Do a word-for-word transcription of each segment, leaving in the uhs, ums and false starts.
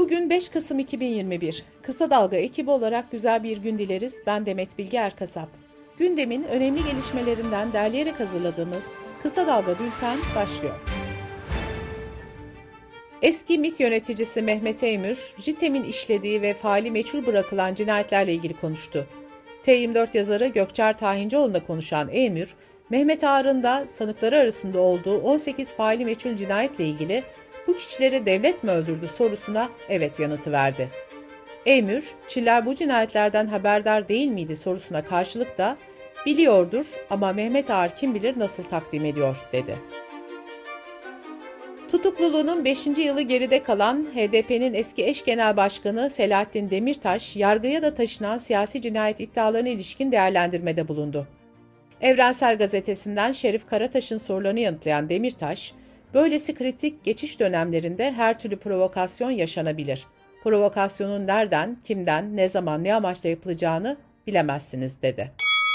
Bugün beş Kasım iki bin yirmi bir. Kısa Dalga ekibi olarak güzel bir gün dileriz. Ben Demet Bilge Erkasap. Gündemin önemli gelişmelerinden derleyerek hazırladığımız Kısa Dalga Bülten başlıyor. Eski MİT yöneticisi Mehmet Eymür, JITEM'in işlediği ve faili meçhul bırakılan cinayetlerle ilgili konuştu. T yirmi dört yazarı Gökçer Tahincioğlu'na konuşan Eymür, Mehmet Ağar'ın da sanıkları arasında olduğu on sekiz faili meçhul cinayetle ilgili bu kişileri devlet mi öldürdü sorusuna evet yanıtı verdi. Eymür, Çiller bu cinayetlerden haberdar değil miydi sorusuna karşılık da biliyordur ama Mehmet Ağar kim bilir nasıl takdim ediyor dedi. Tutukluluğunun beşinci yılı geride kalan H D P'nin eski eş genel başkanı Selahattin Demirtaş, yargıya da taşınan siyasi cinayet iddialarına ilişkin değerlendirmede bulundu. Evrensel Gazetesi'nden Şerif Karataş'ın sorularını yanıtlayan Demirtaş, böylesi kritik geçiş dönemlerinde her türlü provokasyon yaşanabilir. Provokasyonun nereden, kimden, ne zaman, ne amaçla yapılacağını bilemezsiniz dedi.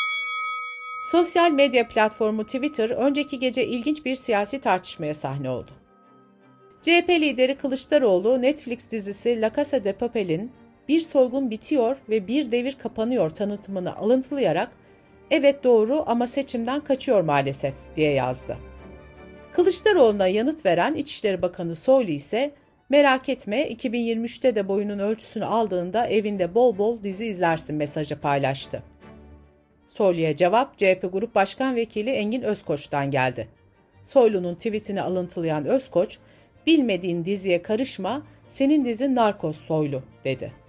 Sosyal medya platformu Twitter, önceki gece ilginç bir siyasi tartışmaya sahne oldu. C H P lideri Kılıçdaroğlu, Netflix dizisi La Casa de Papel'in bir soygun bitiyor ve bir devir kapanıyor tanıtımını alıntılayarak evet doğru ama seçimden kaçıyor maalesef diye yazdı. Kılıçdaroğlu'na yanıt veren İçişleri Bakanı Soylu ise merak etme iki bin yirmi üçte de boyunun ölçüsünü aldığında evinde bol bol dizi izlersin mesajı paylaştı. Soylu'ya cevap C H P Grup Başkan Vekili Engin Özkoç'tan geldi. Soylu'nun tweetini alıntılayan Özkoç, bilmediğin diziye karışma, senin dizin Narkos Soylu dedi.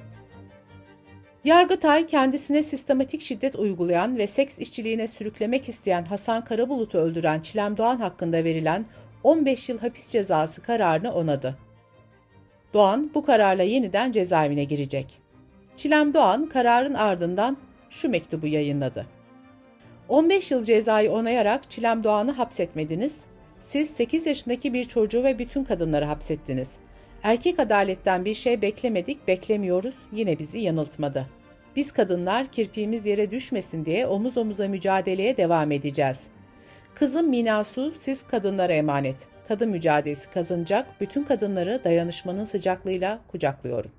Yargıtay, kendisine sistematik şiddet uygulayan ve seks işçiliğine sürüklemek isteyen Hasan Karabulut'u öldüren Çilem Doğan hakkında verilen on beş yıl hapis cezası kararını onadı. Doğan bu kararla yeniden cezaevine girecek. Çilem Doğan kararın ardından şu mektubu yayınladı. on beş yıl cezayı onayarak Çilem Doğan'ı hapsetmediniz. Siz sekiz yaşındaki bir çocuğu ve bütün kadınları hapsettiniz. Erkek adaletten bir şey beklemedik, beklemiyoruz, yine bizi yanıltmadı. Biz kadınlar kirpiğimiz yere düşmesin diye omuz omuza mücadeleye devam edeceğiz. Kızım Mina Su, siz kadınlara emanet. Kadın mücadelesi kazanacak, bütün kadınları dayanışmanın sıcaklığıyla kucaklıyorum.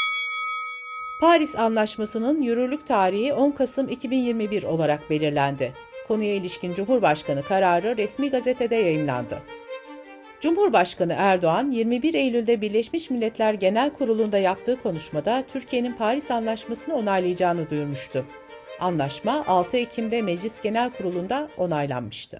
Paris Anlaşması'nın yürürlük tarihi on Kasım iki bin yirmi bir olarak belirlendi. Konuya ilişkin Cumhurbaşkanı kararı resmi gazetede yayımlandı. Cumhurbaşkanı Erdoğan, yirmi bir Eylül'de Birleşmiş Milletler Genel Kurulu'nda yaptığı konuşmada Türkiye'nin Paris Anlaşması'nı onaylayacağını duyurmuştu. Anlaşma altı Ekim'de Meclis Genel Kurulu'nda onaylanmıştı.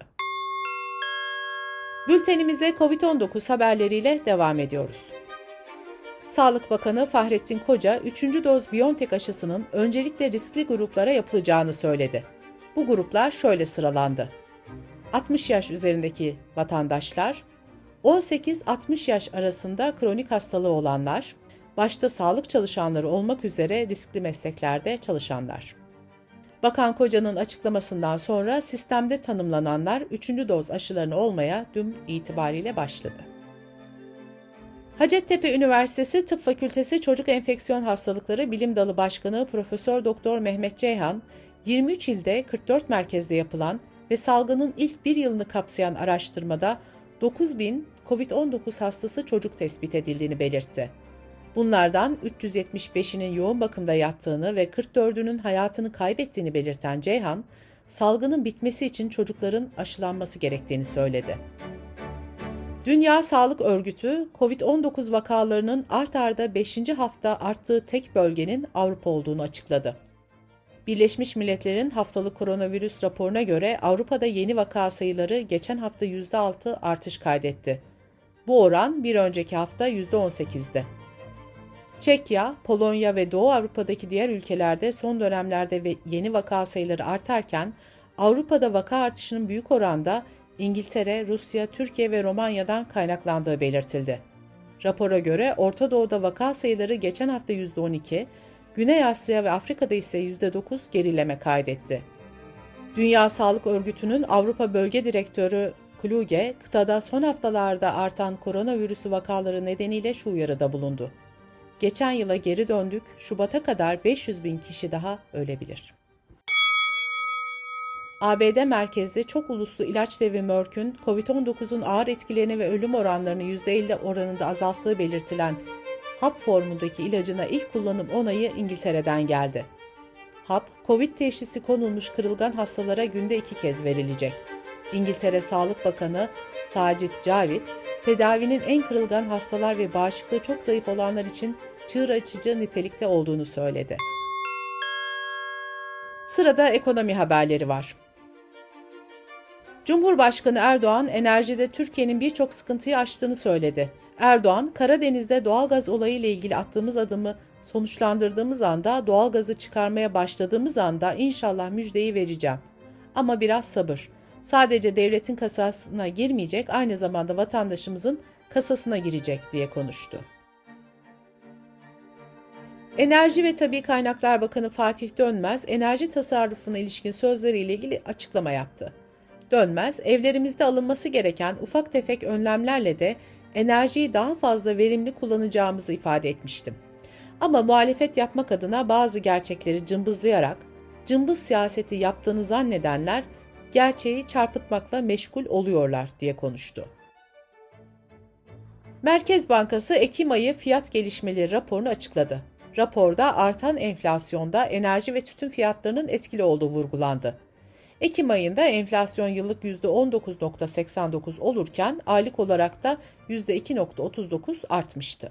Bültenimize kovid on dokuz haberleriyle devam ediyoruz. Sağlık Bakanı Fahrettin Koca, üçüncü doz BioNTech aşısının öncelikle riskli gruplara yapılacağını söyledi. Bu gruplar şöyle sıralandı. altmış yaş üzerindeki vatandaşlar, on sekiz altmış yaş arasında kronik hastalığı olanlar, başta sağlık çalışanları olmak üzere riskli mesleklerde çalışanlar. Bakan Koca'nın açıklamasından sonra sistemde tanımlananlar üçüncü doz aşılarını olmaya dün itibariyle başladı. Hacettepe Üniversitesi Tıp Fakültesi Çocuk Enfeksiyon Hastalıkları Bilim Dalı Başkanı Profesör Doktor Mehmet Ceyhan, yirmi üç ilde kırk dört merkezde yapılan ve salgının ilk bir yılını kapsayan araştırmada dokuz bin kovid on dokuz hastası çocuk tespit edildiğini belirtti. Bunlardan üç yüz yetmiş beşinin yoğun bakımda yattığını ve kırk dördünün hayatını kaybettiğini belirten Ceyhan, salgının bitmesi için çocukların aşılanması gerektiğini söyledi. Dünya Sağlık Örgütü, kovid on dokuz vakalarının art arda beşinci hafta arttığı tek bölgenin Avrupa olduğunu açıkladı. Birleşmiş Milletler'in haftalık koronavirüs raporuna göre Avrupa'da yeni vaka sayıları geçen hafta yüzde altı artış kaydetti. Bu oran bir önceki hafta yüzde on sekizdi. Çekya, Polonya ve Doğu Avrupa'daki diğer ülkelerde son dönemlerde ve yeni vaka sayıları artarken Avrupa'da vaka artışının büyük oranda İngiltere, Rusya, Türkiye ve Romanya'dan kaynaklandığı belirtildi. Rapora göre Orta Doğu'da vaka sayıları geçen hafta yüzde on iki, Güney Asya ve Afrika'da ise yüzde dokuz gerileme kaydetti. Dünya Sağlık Örgütü'nün Avrupa Bölge Direktörü Kluge, kıtada son haftalarda artan koronavirüsü vakaları nedeniyle şu uyarıda bulundu. Geçen yıla geri döndük, Şubat'a kadar beş yüz bin kişi daha ölebilir. A B D merkezli çok uluslu ilaç devi Merck'ün kovid on dokuzun ağır etkilerini ve ölüm oranlarını yüzde elli oranında azalttığı belirtilen hap formundaki ilacına ilk kullanım onayı İngiltere'den geldi. Hap, Covid teşhisi konulmuş kırılgan hastalara günde iki kez verilecek. İngiltere Sağlık Bakanı Sacit Javid, tedavinin en kırılgan hastalar ve bağışıklığı çok zayıf olanlar için çığır açıcı nitelikte olduğunu söyledi. Sırada ekonomi haberleri var. Cumhurbaşkanı Erdoğan, enerjide Türkiye'nin birçok sıkıntıyı aştığını söyledi. Erdoğan, Karadeniz'de doğalgaz olayı ile ilgili attığımız adımı sonuçlandırdığımız anda, doğalgazı çıkarmaya başladığımız anda inşallah müjdeyi vereceğim. Ama biraz sabır. Sadece devletin kasasına girmeyecek, aynı zamanda vatandaşımızın kasasına girecek diye konuştu. Enerji ve Tabii Kaynaklar Bakanı Fatih Dönmez, enerji tasarrufuna ilişkin sözleriyle ilgili açıklama yaptı. Dönmez, evlerimizde alınması gereken ufak tefek önlemlerle de enerjiyi daha fazla verimli kullanacağımızı ifade etmiştim. Ama muhalefet yapmak adına bazı gerçekleri cımbızlayarak, cımbız siyaseti yaptığını zannedenler gerçeği çarpıtmakla meşgul oluyorlar diye konuştu. Merkez Bankası Ekim ayı fiyat gelişmeleri raporunu açıkladı. Raporda artan enflasyonda enerji ve tütün fiyatlarının etkili olduğu vurgulandı. Ekim ayında enflasyon yıllık yüzde on dokuz virgül seksen dokuz olurken aylık olarak da yüzde iki virgül otuz dokuz artmıştı.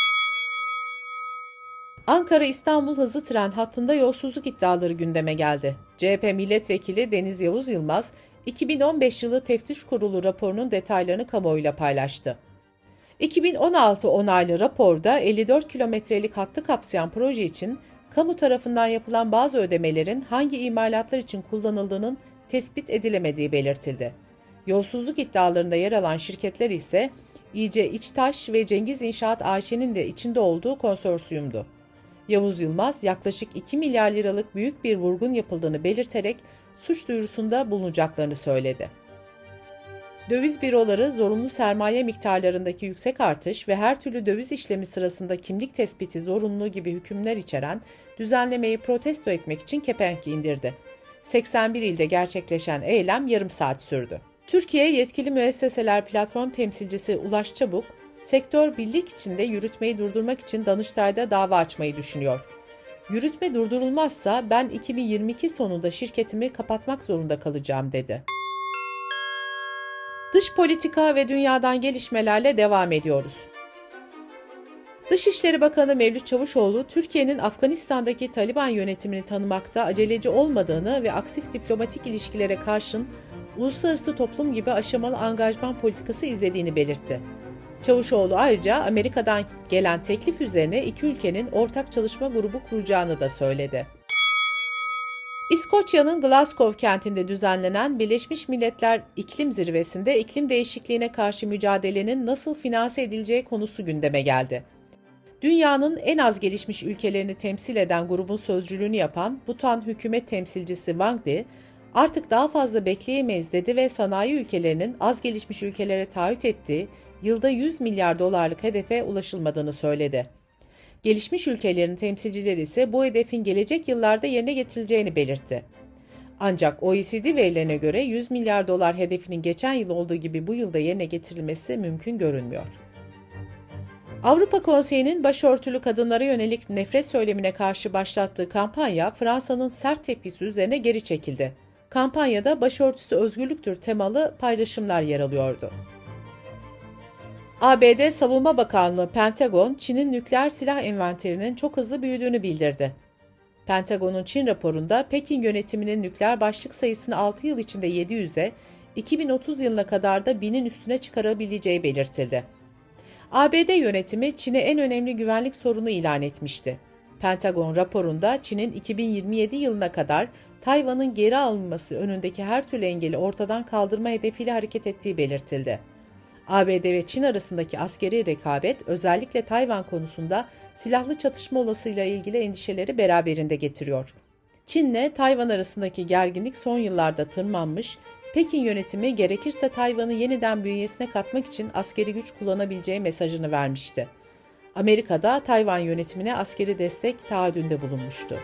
Ankara-İstanbul hızlı tren hattında yolsuzluk iddiaları gündeme geldi. C H P milletvekili Deniz Yavuz Yılmaz, iki bin on beş yılı Teftiş Kurulu raporunun detaylarını kamuoyuyla paylaştı. iki bin on altı onaylı raporda elli dört kilometrelik hattı kapsayan proje için kamu tarafından yapılan bazı ödemelerin hangi imalatlar için kullanıldığının tespit edilemediği belirtildi. Yolsuzluk iddialarında yer alan şirketler ise İC İçtaş ve Cengiz İnşaat A Ş'nin de içinde olduğu konsorsiyumdu. Yavuz Yılmaz yaklaşık iki milyar liralık büyük bir vurgun yapıldığını belirterek suç duyurusunda bulunacaklarını söyledi. Döviz büroları zorunlu sermaye miktarlarındaki yüksek artış ve her türlü döviz işlemi sırasında kimlik tespiti zorunluluğu gibi hükümler içeren düzenlemeyi protesto etmek için kepenk indirdi. seksen bir ilde gerçekleşen eylem yarım saat sürdü. Türkiye Yetkili Müesseseler Platform Temsilcisi Ulaş Çabuk, sektör birlik içinde yürütmeyi durdurmak için Danıştay'da dava açmayı düşünüyor. Yürütme durdurulmazsa ben iki bin yirmi iki sonunda şirketimi kapatmak zorunda kalacağım dedi. Dış politika ve dünyadan gelişmelerle devam ediyoruz. Dışişleri Bakanı Mevlüt Çavuşoğlu, Türkiye'nin Afganistan'daki Taliban yönetimini tanımakta aceleci olmadığını ve aktif diplomatik ilişkilere karşın uluslararası toplum gibi aşamalı angajman politikası izlediğini belirtti. Çavuşoğlu ayrıca Amerika'dan gelen teklif üzerine iki ülkenin ortak çalışma grubu kuracağını da söyledi. İskoçya'nın Glasgow kentinde düzenlenen Birleşmiş Milletler İklim Zirvesi'nde iklim değişikliğine karşı mücadelenin nasıl finanse edileceği konusu gündeme geldi. Dünyanın en az gelişmiş ülkelerini temsil eden grubun sözcülüğünü yapan Bhutan hükümet temsilcisi Wang Di, artık daha fazla bekleyemeyiz dedi ve sanayi ülkelerinin az gelişmiş ülkelere taahhüt ettiği yılda yüz milyar dolarlık hedefe ulaşılmadığını söyledi. Gelişmiş ülkelerin temsilcileri ise bu hedefin gelecek yıllarda yerine getirileceğini belirtti. Ancak O E C D verilerine göre yüz milyar dolar hedefinin geçen yıl olduğu gibi bu yılda yerine getirilmesi mümkün görünmüyor. Avrupa Konseyi'nin başörtülü kadınlara yönelik nefret söylemine karşı başlattığı kampanya Fransa'nın sert tepkisi üzerine geri çekildi. Kampanyada başörtüsü özgürlüktür temalı paylaşımlar yer alıyordu. A B D Savunma Bakanlığı Pentagon, Çin'in nükleer silah envanterinin çok hızlı büyüdüğünü bildirdi. Pentagon'un Çin raporunda Pekin yönetiminin nükleer başlık sayısını altı yıl içinde yedi yüze, iki bin otuz yılına kadar da binin üstüne çıkarabileceği belirtildi. A B D yönetimi Çin'e en önemli güvenlik sorunu ilan etmişti. Pentagon raporunda Çin'in iki bin yirmi yedi yılına kadar Tayvan'ın geri alınması önündeki her türlü engeli ortadan kaldırma hedefiyle hareket ettiği belirtildi. A B D ve Çin arasındaki askeri rekabet özellikle Tayvan konusunda silahlı çatışma olasılığıyla ilgili endişeleri beraberinde getiriyor. Çin'le Tayvan arasındaki gerginlik son yıllarda tırmanmış, Pekin yönetimi gerekirse Tayvan'ı yeniden bünyesine katmak için askeri güç kullanabileceği mesajını vermişti. Amerika da Tayvan yönetimine askeri destek taahhüdünde bulunmuştu.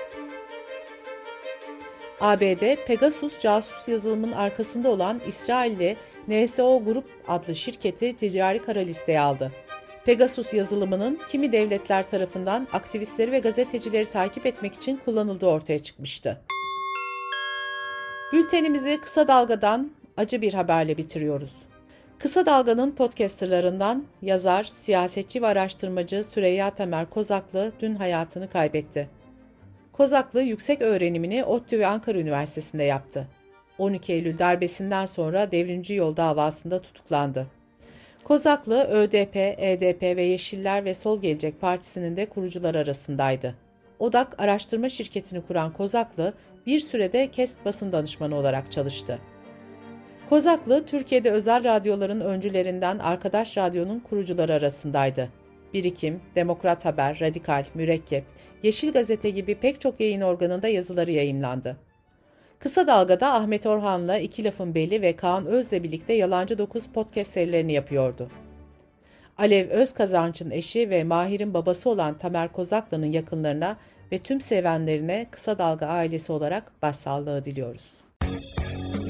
A B D, Pegasus casus yazılımının arkasında olan İsrailli N S O Group adlı şirketi ticari kara listeye aldı. Pegasus yazılımının kimi devletler tarafından aktivistleri ve gazetecileri takip etmek için kullanıldığı ortaya çıkmıştı. Bültenimizi Kısa Dalga'dan acı bir haberle bitiriyoruz. Kısa Dalga'nın podcasterlarından yazar, siyasetçi ve araştırmacı Süreyya Tamer Kozaklı dün hayatını kaybetti. Kozaklı yüksek öğrenimini ODTÜ ve Ankara Üniversitesi'nde yaptı. on iki Eylül darbesinden sonra Devrimci Yol davasında tutuklandı. Kozaklı, ÖDP, EDP ve Yeşiller ve Sol Gelecek Partisi'nin de kurucular arasındaydı. Odak araştırma şirketini kuran Kozaklı, bir sürede KESK basın danışmanı olarak çalıştı. Kozaklı, Türkiye'de özel radyoların öncülerinden Arkadaş Radyo'nun kurucuları arasındaydı. Birikim, Demokrat Haber, Radikal, Mürekkep, Yeşil Gazete gibi pek çok yayın organında yazıları yayımlandı. Kısa Dalga'da Ahmet Orhan'la İki Lafın Beli ve Kaan Öz'le birlikte Yalancı Dokuz podcast serilerini yapıyordu. Alev Özkazanç'ın eşi ve Mahir'in babası olan Tamer Kozaklı'nın yakınlarına ve tüm sevenlerine Kısa Dalga ailesi olarak başsağlığı diliyoruz.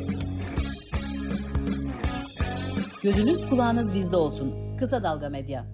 Gözünüz kulağınız bizde olsun. Kısa Dalga Medya.